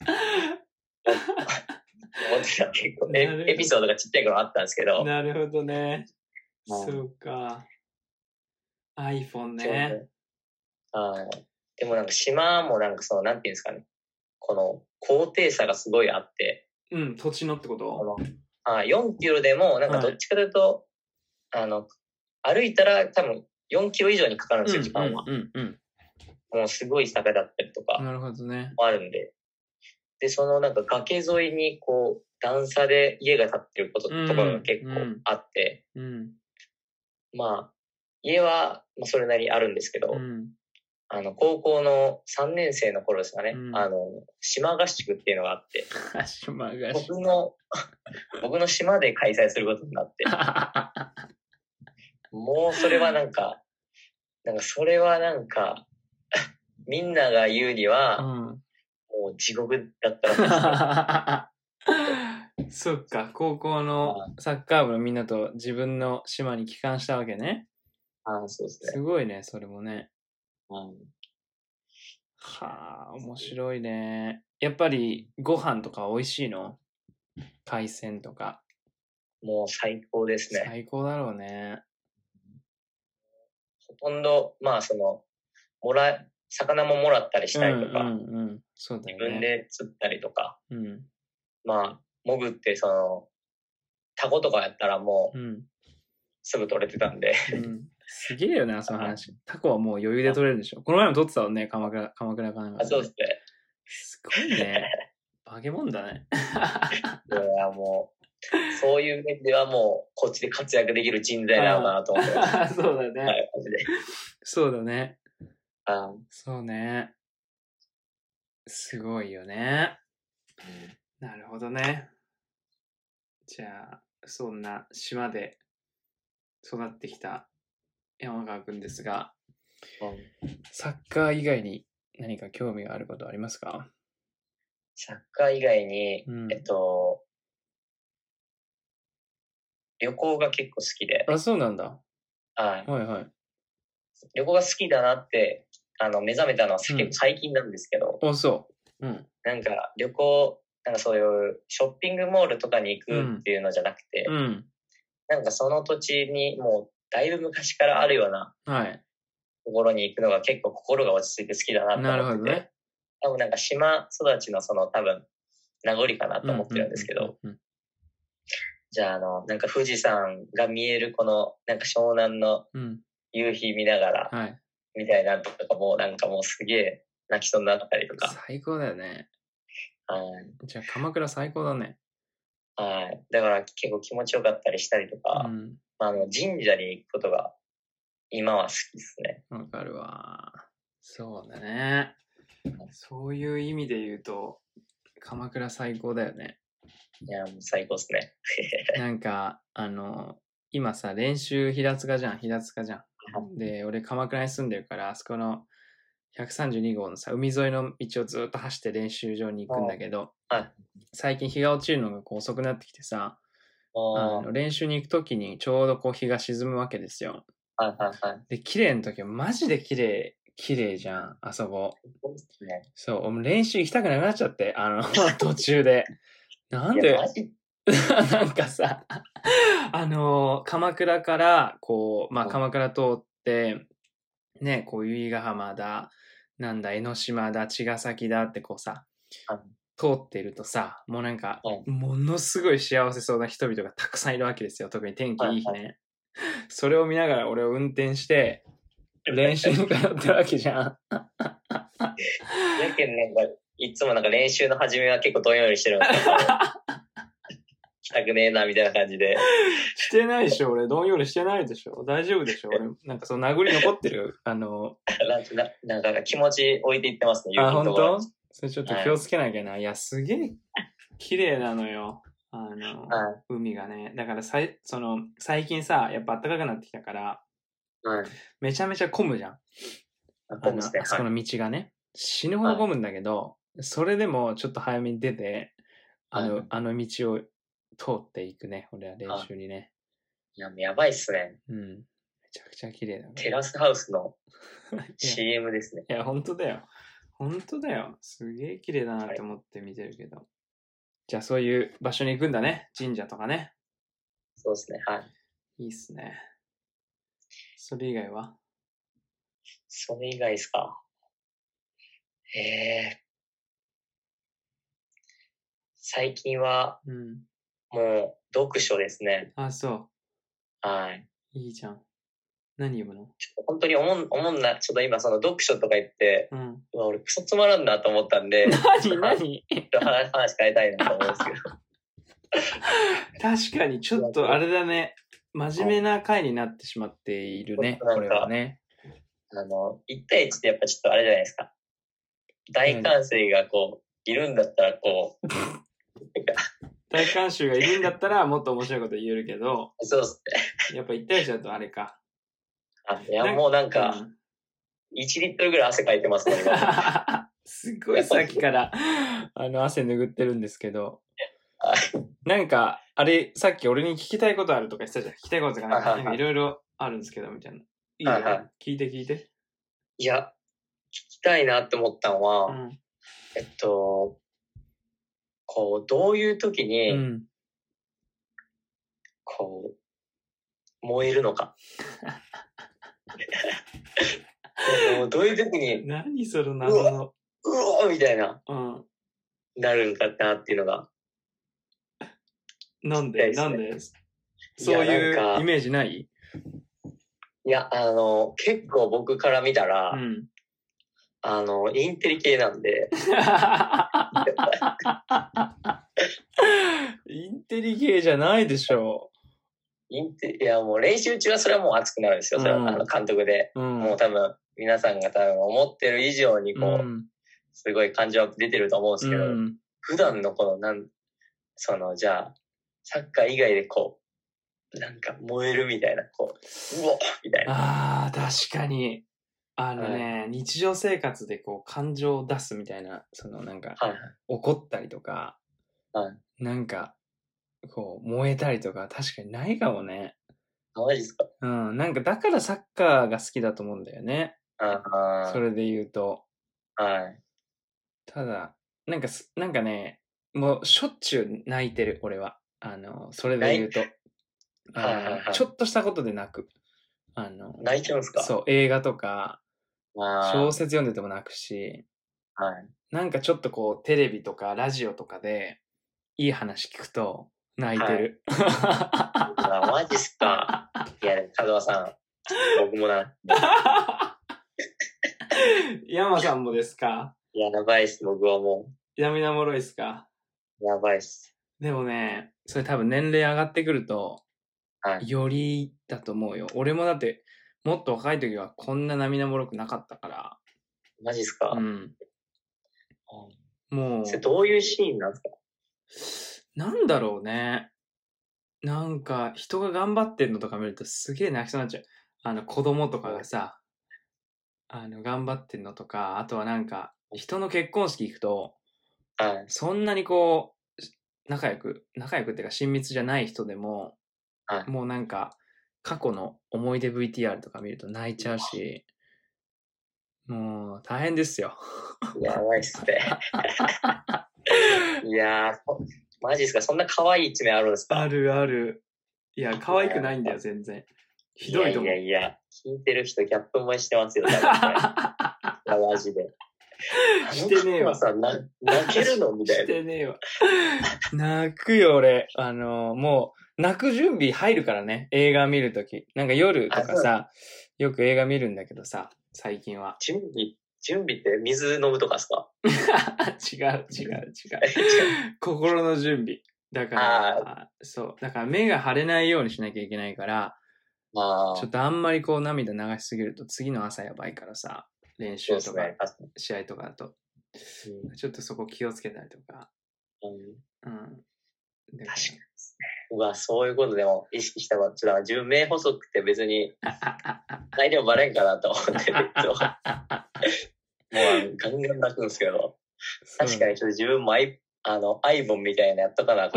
結構エ、エピソードがちっちゃい頃あったんですけど。 なるほどね。うん、そうか。iPhone ね。 あでもなんか島もなんかその、なんていうんですかね。この高低差がすごいあって。 うん、土地のってこと？ このあよんキロでも、なんかどっちかというと、はい、あの、歩いたら多分よんキロ以上にかかるんですよ、時間は。うんうんうん、もうすごい坂だったりとか。 なるほどね。 あるんで。で、そのなんか崖沿いにこう、段差で家が建ってること、うん、ところが結構あって、うんうん、まあ、家はまあそれなりにあるんですけど、うん、あの、高校のさんねん生の頃ですかね、うん、あの、島合宿っていうのがあって、 島合宿僕の、僕の島で開催することになって、もうそれはなんか、なんかそれはなんか、みんなが言うには、うんもう地獄だったらしいそっか、高校のサッカー部のみんなと自分の島に帰還したわけね。 ああ、そうですね。 すごいね、それもね。 うん、 はあ、面白いね。やっぱりご飯とか美味しいの？海鮮とか。 もう最高ですね。 最高だろうね。 ほとんど、まあその、もら、魚ももらったりしたりとか、 うんうんうん、そうだよね。 自分で釣ったりとか、 うん、 まあ、潜ってその、タコとかやったらもう、すぐ取れてたんで。 うん、すげえよな、その話。タコはもう余裕で取れるでしょ。この前も取ってたもんね、鎌倉、鎌倉かなんか、ね。 あ、そうですね。 すごいね。化け物だね。 いや、もう、そういう面ではもう、こっちで活躍できる人材なのかなと思ってます。 そうだね。 はい、 そうだね。 あそうね。すごいよね。なるほどね。じゃあ、そんな島で育ってきた山川くんですが、うん、サッカー以外に何か興味があることはありますか？ サッカー以外に、うん、えっと、旅行が結構好きで。 あ、そうなんだ。 はい。 はいはい。 旅行が好きだなって、あの、目覚めたのは結構最近なんですけど。 うん、あ、そう。うん。 なんか、旅行、なんかそういうショッピングモールとかに行くっていうのじゃなくて、うん、なんかその土地にもう、だいぶ昔からあるような、はい。ところに行くのが結構心が落ち着いて好きだなと思ってて。なるほどね。多分なんか島育ちのその多分、名残かなと思ってるんですけど。じゃあ、あの、なんか富士山が見えるこの、なんか湘南の夕日見ながら、はい。みたいなとかも、なんかもうすげえ泣きそうになったりとか。 最高だよね。 はい。 じゃあ鎌倉最高だね。 はい。だから結構気持ちよかったりしたりとか、うん、あの神社に行くことが今は好きですね。 わかるわ。そうだね。そういう意味で言うと、鎌倉最高だよね。 いや、もう最高っすね。 なんか、あの、今さ、練習平塚じゃん、平塚じゃん。で、俺鎌倉に住んでるから、あそこのひゃくさんじゅうに号のさ、海沿いの道をずっと走って練習場に行くんだけど、はい、最近日が落ちるのがこう遅くなってきてさ、あの練習に行くときにちょうどこう日が沈むわけですよ。 はいはいはい。 で、綺麗な時はマジで綺麗、綺麗じゃん、あそこ。そうですね。そう、練習行きたくなくなっちゃって、あの、途中で。なんで、なんかさ、あの、鎌倉から、こう、まあ、鎌倉通って、ね、こう、由比ヶ浜だ、なんだ、江ノ島だ、茅ヶ崎だってこうさ、通っているとさ、もうなんか、ものすごい幸せそうな人々がたくさんいるわけですよ。特に天気いい日ね。はいはい、それを見ながら俺を運転して、練習に通ってるわけじゃん。やけんなんか、いつもなんか練習の始めは結構どんよりしてるんですけど、来たくねえなみたいな感じで。 してないでしょ、俺。どんよりしてないでしょ。大丈夫でしょ、俺。なんかその殴り残ってる。あの、 な, なんか気持ち置いていってますね、 あ、本当？それちょっと気をつけなきゃな。はい、いや、すげえ綺麗なのよ。あの、はい、海がね。だからさい、その、最近さ、やっぱ暖かくなってきたから、はい、めちゃめちゃ混むじゃん。あ, あ, の、ね、あそこの道がね。はい、死ぬほど混むんだけど、はい、それでもちょっと早めに出て、あの、はい、あの道を通っていくね。俺は練習にね。 いや、やばいっすね。 うん。めちゃくちゃ綺麗だね。 テラスハウスの シーエム ですね。 いや、本当だよ。本当だよ。すげえ綺麗だなって思って見てるけど。はい、じゃあそういう場所に行くんだね。神社とかね。 そうですね。はい。 いいっすね。それ以外は？ それ以外ですか。へえ。最近は、うん、もう、読書ですね。 あ、そう。 はい。 いいじゃん。何読むの？ ちょっと本当に思ん、思んな、ちょっと今その読書とか言って、うん、うわ俺クソつまらんなと思ったんで、 何何話変えたいなと思うんですけど。 確かにちょっとあれだね。真面目な回になってしまっているね、これはね。 あの、一対一ってやっぱちょっとあれじゃないですか。大歓声がこう、いるんだったらこう、 大観衆がいるんだったらもっと面白いこと言えるけど、 そうっすね。やっぱ一対一だとあれか。 あ、いや、もうなんか、うん、いちリットルぐらい汗かいてますね、 今。すごいさっきからあの汗拭ってるんですけど、なんか、あれ、さっき俺に聞きたいことあるとか言ってたじゃん。聞きたいことがなんかいろいろあるんですけど、みたいな。いいよ、はいはい、聞いて聞いて。 いや、聞きたいなって思ったのは、 うん、 えっと、こう、どういう時に、うん、こう、燃えるのか。もうどういう時に、 何その謎の。 うおーみたいな、うん、なるんかなっていうのが。 なんで、ね、なんでそういうイメージない？ いや、あの、結構僕から見たら、うん、あの、インテリ系なんで。 インテリ系じゃないでしょう。 インテいや、もう練習中はそれはもう熱くなるんですよ。それは、うん、あの監督で、うん。もう多分、皆さんが多分思ってる以上にこう、うん、すごい感情は出てると思うんですけど、うん、普段のこの、なん、その、じゃあ、サッカー以外でこう、なんか燃えるみたいな、こう、うおみたいな。 ああ、確かに。あのね、はい、日常生活でこう、感情を出すみたいな、そのなんか、はい、怒ったりとか、はい、なんか、こう、燃えたりとか、確かにないかもね。 マジですか？ うん、なんか、だからサッカーが好きだと思うんだよね。ああ。それで言うと。はい。ただ、なんか、なんかね、もうしょっちゅう泣いてる、俺は。あの、それで言うと。あの、はいはいはい、ちょっとしたことで泣く。あの、 泣いちゃうんですか？ そう、映画とか、小説読んでても泣くし、はい。なんかちょっとこう、テレビとかラジオとかで、いい話聞くと、泣いてる。 はい、あ、マジっすか。いや、門和さん、僕もな。 山さんもですか？ やばいっす、僕はもう。涙もろいっすか？ やばいっす。 でもね、それ多分年齢上がってくると、はい、よりだと思うよ。俺もだって、もっと若い時はこんな涙もろくなかったから。 マジっすか？うん。 もう。 それどういうシーンなんですか？なんだろうね。なんか、人が頑張ってるのとか見るとすげえ泣きそうになっちゃう。あの、子供とかがさ、あの、頑張ってるのとか、あとはなんか、人の結婚式行くと、はい、そんなにこう、仲良く、仲良くっていうか親密じゃない人でも、はい、もうなんか、過去の思い出 ブイティーアール とか見ると泣いちゃうし、もう大変ですよ。 やばいっすね。いやー、マジっすか？そんな可愛い一面あるんですか？ あるある。いや、可愛くないんだよ、全然。ひどいと思う。 いやいやいや、聞いてる人ギャップ萌えしてますよ、多分マジで。 してねえわ。 さ、な泣けるのみたいな。 してねえわ。泣くよ、俺。あの、もう、泣く準備入るからね、映画見るとき。なんか夜とかさ、よく映画見るんだけどさ、最近は。 準備準備って水飲むとかですか？ 違う、違う、違う。心の準備。だから、そう。だから目が腫れないようにしなきゃいけないから、ちょっとあんまりこう涙流しすぎると次の朝やばいからさ、練習とか、試合とかだと、うん、ちょっとそこ気をつけたりとか。うん。 うん、確かにですね。うわ、そういうことでも意識したわ。ちょっと自分目細くて別に、大量バレんかなと思ってるけど。もうガンガン泣くんですけど。確かにちょっと自分もアイ、あの、アイボンみたいなやっとかな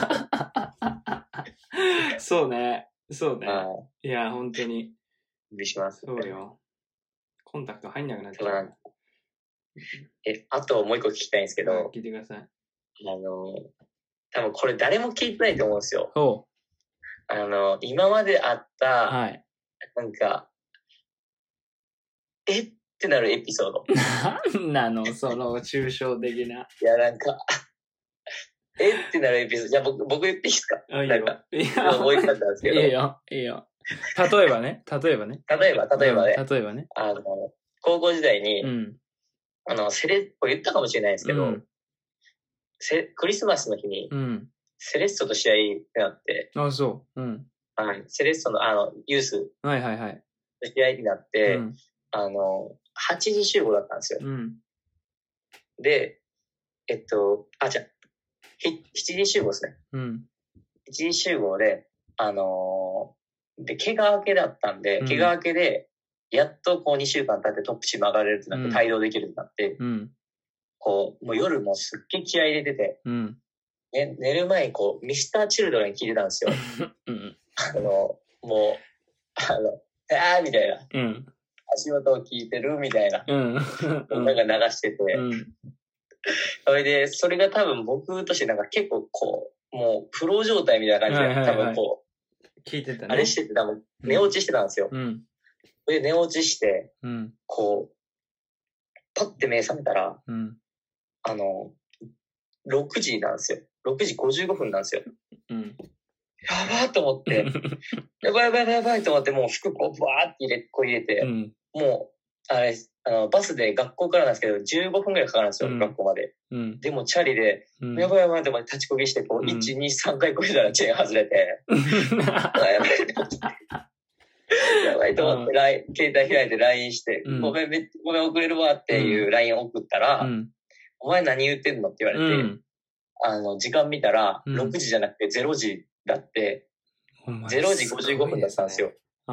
そうね。そうね。いや、本当に。 びします、 ね。そうよ。コンタクト入んなくなっちゃう。 え、あともう一個聞きたいんですけど。 聞いてください。 あの、多分これ誰も聞いてないと思うんですよ。あの、今まであった、はい、なんか、えってなるエピソード。 なんなのその抽象的な。 いや、なんか、えってなるエピソード。じゃあ僕、僕言っていいですか？ あ、いいよ。なんか、いや思い浮かんだんですけど。 いいよ、いいよ。例えばね、例えばね。 例えば、例えばね。 うん、例えばね。 あの、高校時代に、うん、あの、セレ、これ言ったかもしれないですけど、うん、セクリスマスの日に、うん、セレッソと試合になって、 あ、そう。うん。 はい。セレッソの、あの、ユース。 はいはいはい。 試合になって、うん、あの、はちじ集合だったんですよ。うん、で、えっと、あ、じゃしちじ集合ですね。うん。しちじ集合で、あのー、で、怪我明けだったんで、うん、怪我明けで、やっとこうにしゅうかん経ってトップチーム上がれるってなって、帯同できるってなって、うん、こう、もう夜もすっげえ気合い入れてて、うんね、寝る前にこう、ミスターチルドレン聞いてたんですよ。うん、あの、もう、あの、あーみたいな。うん、 足元を聞いてるみたいな。 うん。 なんか流してて。うん、それで、それが多分僕としてなんか結構こう、もうプロ状態みたいな感じで、はいはいはい、多分こう、聞いてたね。 あれしてて多分寝落ちしてたんですよ。うん。で、寝落ちして、うん、こう、パッて目覚めたら、うん、あの、ろくじなんですよ。ろくじごじゅうごふんなんですよ。うん、やばーと思って、やばいやばいやばいと思って、もう服こう、バーって入れ、こう入れて、うん、もう、あれ、あの、バスで学校からなんですけど、じゅうごふんくらいかかるんですよ、うん、学校まで。うん、でも、チャリで、うん、やばいやばいと思って立ちこぎして、こう、うん、いち、に、さんかいこいだらチェーン外れて、やばいと思って。やばいと思って、ライン、携帯開いて ライン して、うん、ごめん、ごめん、遅れるわっていう ライン 送ったら、うん、お前何言ってんのって言われて、うん、あの、時間見たら、ろくじじゃなくてれいじだって、うん、れいじごじゅうごふんだったんですよ。うん、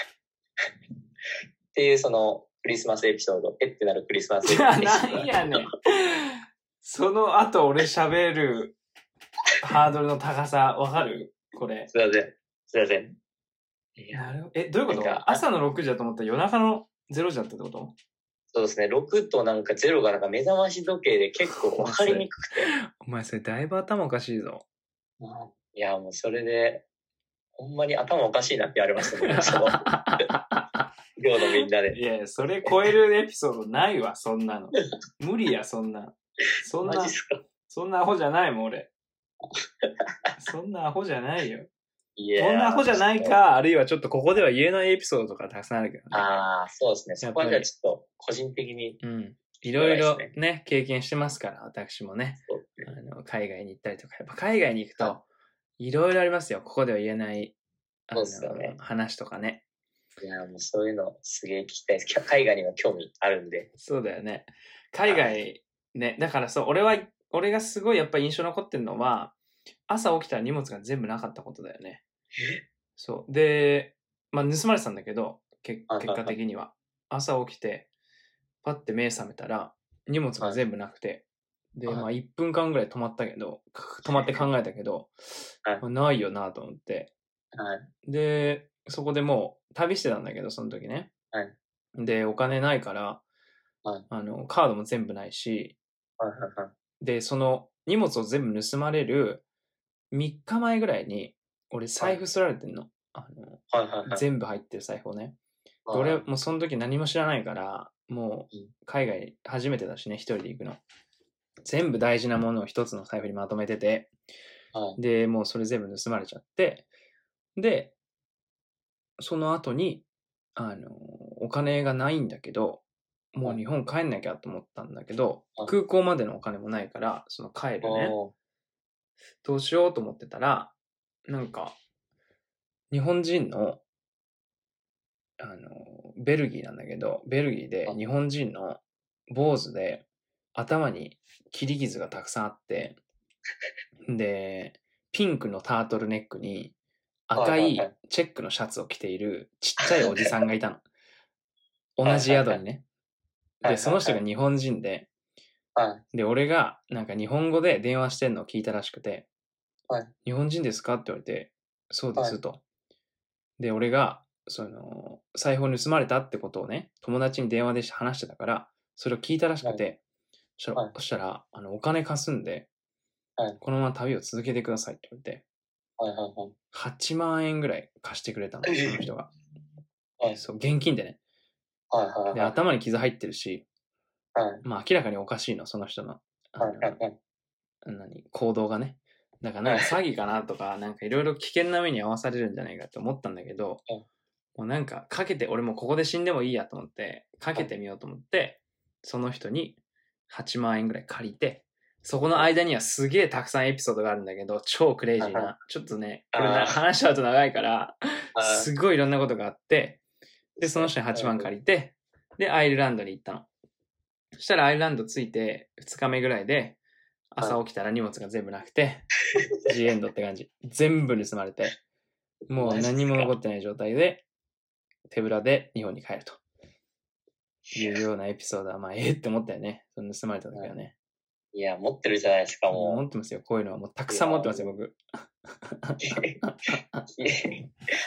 っていう、その、クリスマスエピソード、えってなるクリスマスエピソード。 何やねん。その後俺喋るハードルの高さ、わかるこれ。 すいません。すいません。 なるえ、どういうこと？朝のろくじだと思ったら夜中のれいじだったってこと？ そうですね。ろくとなんかゼロがなんか目覚まし時計で結構わかりにくくて。 お前それだいぶ頭おかしいぞ。 いや、もうそれで、ほんまに頭おかしいなって言われましたね。その、寮のみんなで。 いや、それ超えるエピソードないわ、そんなの。無理や、そんな。そんな、マジっすか？そんなアホじゃないもん、俺。そんなアホじゃないよ。そんなアホじゃないか、あるいはちょっとここでは言えないエピソードとかたくさんあるけどね。 ああ、そうですね。そこはじゃあちょっと個人的に、 うん。いろいろね、経験してますから、私もね。ねあの海外に行ったりとか、やっぱ海外に行くと、いろいろありますよ。ここでは言えない、あの、そうですよね、話とかね。 いや、もうそういうのすげえ聞きたいです。海外には興味あるんで。 そうだよね。海外ね、だからそう、俺は、俺がすごいやっぱり印象残ってるのは、朝起きたら荷物が全部なかったことだよね。そう。で、まあ盗まれてたんだけど、結果的には。朝起きて、パッて目覚めたら、荷物が全部なくて、で、まあいっぷんかんぐらい止まったけど、止まって考えたけど、まあ、ないよなと思って。で、そこでもう旅してたんだけど、その時ね。で、お金ないから、あの、カードも全部ないし、で、その荷物を全部盗まれるみっかまえぐらいに、俺財布すられてんの。あの、はいはいはい、全部入ってる財布をね。はい、俺もうその時何も知らないから、もう海外初めてだしね、一人で行くの。全部大事なものを一つの財布にまとめてて、はい、で、もうそれ全部盗まれちゃって、で、その後に、あの、お金がないんだけど、もう日本帰んなきゃと思ったんだけど、はい、空港までのお金もないから、その帰るね。どうしようと思ってたら、なんか、日本人の、あの、ベルギーなんだけど、ベルギーで日本人の坊主で頭に切り傷がたくさんあって、で、ピンクのタートルネックに赤いチェックのシャツを着ているちっちゃいおじさんがいたの。同じ宿にね。で、その人が日本人で、で、俺がなんか日本語で電話してんのを聞いたらしくて、日本人ですかって言われて、そうですと。で、俺が、その、財布を盗まれたってことをね、友達に電話で話してたから、それを聞いたらしくて、はい、そしたら、はい、そしたらあのお金貸すんで、はい、このまま旅を続けてくださいって言われて、はいはいはい、はちまんえんぐらい貸してくれたの、その人が。はい、そう、現金でね。はいはいはい、で、頭に傷入ってるし、はい、まあ明らかにおかしいの、その人の、あの、はいはいはい、何、行動がね。だからなんか詐欺かなとか、なんかいろいろ危険な目に遭わされるんじゃないかって思ったんだけど、うん、もうなんかかけて、俺もここで死んでもいいやと思って、かけてみようと思って、その人にはちまんえんぐらい借りて、そこの間にはすげえたくさんエピソードがあるんだけど、超クレイジーな、ちょっとね、これ話しちゃうと長いから、すごいいろんなことがあって、で、その人にはちまん借りて、で、アイルランドに行ったの。そしたらアイルランド着いてふつかめぐらいで、朝起きたら荷物が全部なくて、ジエンドって感じ。全部盗まれて、もう何も残ってない状態で、手ぶらで日本に帰ると。いうようなエピソードは、まあ、ええって思ったよね。その盗まれた時はね。 いや、持ってるじゃないですか、もう。 持ってますよ。こういうのはもうたくさん持ってますよ、僕。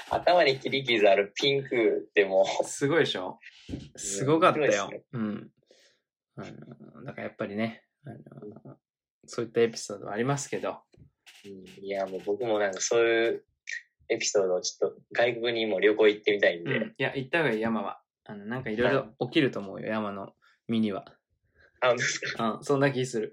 頭に切り傷あるピンクってもう。 すごいでしょ？すごかったよ。ね、うん。あの、だからやっぱりね、あの、そういったエピソードはありますけど。 うん、いや、もう僕もなんかそういうエピソードをちょっと外国にも旅行行ってみたいんで。うん、 いや、行った方がいい、山は。あの、なんかいろいろ起きると思うよ、山の身には。 あ、本当ですか？ うん、そんな気する。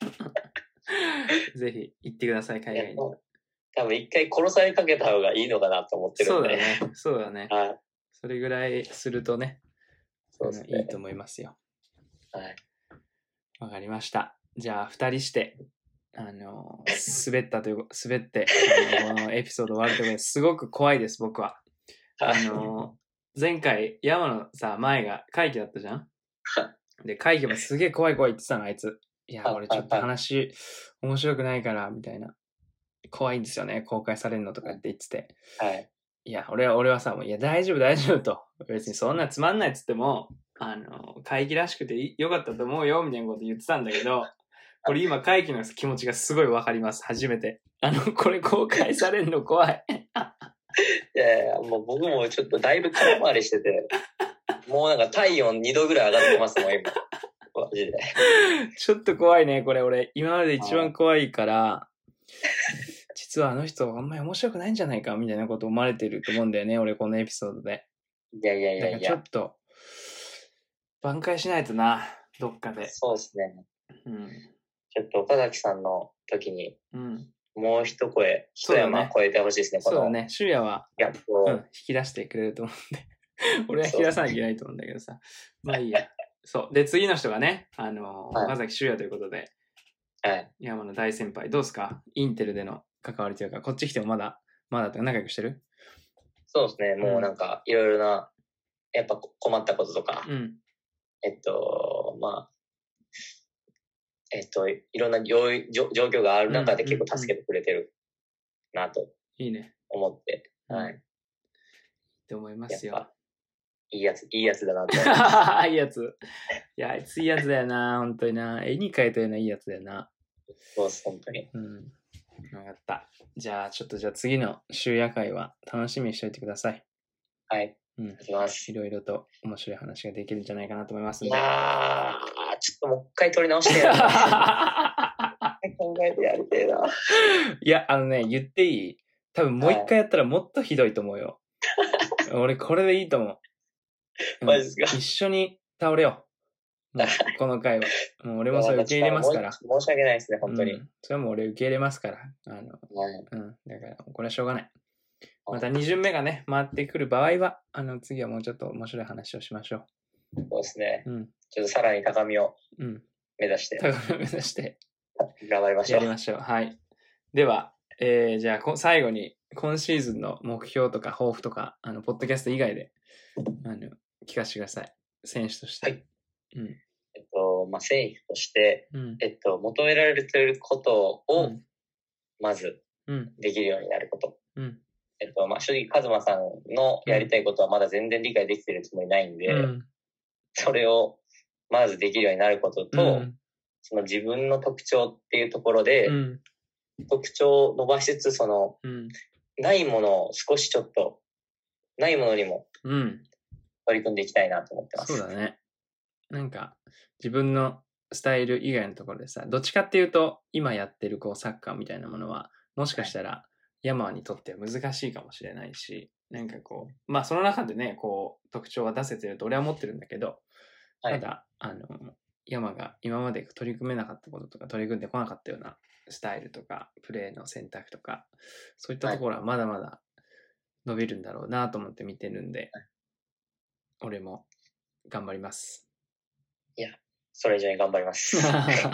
ぜひ行ってください、海外に。 多分一回殺されかけた方がいいのかなと思ってるんで。 そうだね。そうだね。 はい。 それぐらいするとね、 そうですね。 いいと思いますよ。 はい。 わかりました。じゃあ、二人して、あの、滑ったという、滑って、あのこのエピソード終わるところですごく怖いです、僕は。あの、前回、山のさ、前が会議だったじゃん？で、会議もすげえ怖い怖い言ってたの、あいつ。いや、俺ちょっと話、面白くないから、みたいな。怖いんですよね、公開されるのとかって言ってて。 はい。 いや、俺は、俺はさ、もういや、大丈夫、大丈夫と。別にそんなつまんないっつっても、あの、会議らしくてよかったと思うよ、みたいなこと言ってたんだけど、これ今、会議の気持ちがすごいわかります、初めて。あの、これ公開されるの怖い。 いやいや、もう僕もちょっとだいぶ空回りしてて、もうなんか体温にどぐらい上がってますもん、今。マジで。 ちょっと怖いね、これ俺。今まで一番怖いから、実はあの人あんまり面白くないんじゃないかみたいなこと思われてると思うんだよね、俺このエピソードで。 いやいやいやいや。 だからちょっと、挽回しないとな、どっかで。 そうですね。 うん。 ちょっと岡崎さんの時に、 うん、 もう一声、一山超えてほしいですね、 この。そうだね、シュウヤは、 ギャップを、 うん、引き出してくれると思うんで。俺は引き出さなきゃいけないと思うんだけどさ。まあいいや。そう。で、次の人がね、あの、はい、岡崎シュウヤということで、 はい。 山の大先輩、どうですか？インテルでの関わりというか、こっち来てもまだ、まだ仲良くしてる？ そうですね、もうなんか、いろいろな、やっぱ困ったこととか、うん、えっと、まあ、えっと、いろんな状況がある中で結構助けてくれてるなと、 いいね。 思って、 うん、はい。って思いますよ。 いいやつ、いいやつだなと。 いいやつ。いや、あいついいやつだよな、本当にな。絵に描いたようないいやつだよな。 そうです、本当に。 うん。分かった。じゃあ、ちょっとじゃあ次の終夜会は楽しみにしておいてください。 はい。 うん。 ありがとうございます。 いろいろと面白い話ができるんじゃないかなと思いますので。いやー、ちょっともう一回撮り直してやる。考えてやりてえな。 いや、あのね、言っていい？多分もう一回やったらもっとひどいと思うよ。はい、俺これでいいと思う。 マジですか？ 一緒に倒れよう。もうこの回は。もう俺もそれ受け入れますから。 申し訳ないですね、本当に。うん、 それはもう俺受け入れますから。あの、はい、うん。だから、これはしょうがない。またに巡目がね、回ってくる場合は、あの、次はもうちょっと面白い話をしましょう。 そうですね。 うん。 ちょっとさらに高みを目指して。 うん、高みを目指して。 頑張りましょう。 やりましょう。はい。では、えー、じゃあ、最後に、今シーズンの目標とか抱負とか、あの、ポッドキャスト以外で、あの、聞かせてください。選手として。 はい。 うん。 えっと、まあ、選手として、うん、えっと、求められていることを、まず、できるようになること。うん。えっと、まあ、正直、カズマさんのやりたいことはまだ全然理解できてるつもりないんで、うん、それを、まずできるようになることと、うん、その自分の特徴っていうところで、うん、特徴を伸ばしつつ、その、うん、ないものを少しちょっと、ないものにも、取り組んでいきたいなと思ってます。 そうだね。なんか、自分のスタイル以外のところでさ、どっちかっていうと、今やってるこうサッカーみたいなものは、もしかしたら、山にとっては難しいかもしれないし、なんかこう、まあその中でね、こう、特徴は出せてると俺は思ってるんだけど、ただ、はい、あの、山が今まで取り組めなかったこととか、取り組んでこなかったようなスタイルとか、プレーの選択とか、そういったところはまだまだ伸びるんだろうなと思って見てるんで、はい、俺も頑張ります。 いや、それ以上に頑張ります。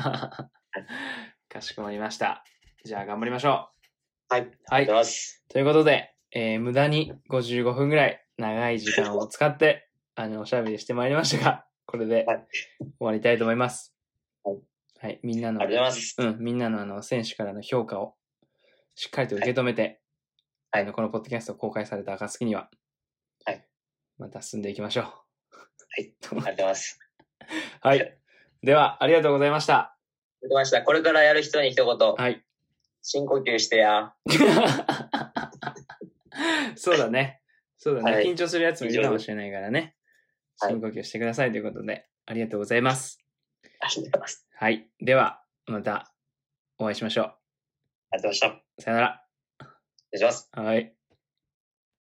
かしこまりました。じゃあ頑張りましょう。 はい。はい。 ということで、えー、無駄にごじゅうごふんぐらい長い時間を使って、あの、おしゃべりしてまいりましたが、これで終わりたいと思います。はい。はい。みんなの、 ありがとうございます。 うん、みんなのあの、選手からの評価をしっかりと受け止めて、はい、あの、このポッドキャスト公開された暁には、はい。また進んでいきましょう。はい。ありがとうございます。 はい。では、ありがとうございました。 ありがとうございました。これからやる人に一言。 はい。 深呼吸してや。 そうだね。そうだね、はい。緊張するやつもいるかもしれないからね。深呼吸してくださいということで、ありがとうございます。 ありがとうございます。 はい。では、またお会いしましょう。 ありがとうございました。 さよなら。 失礼します。 はい。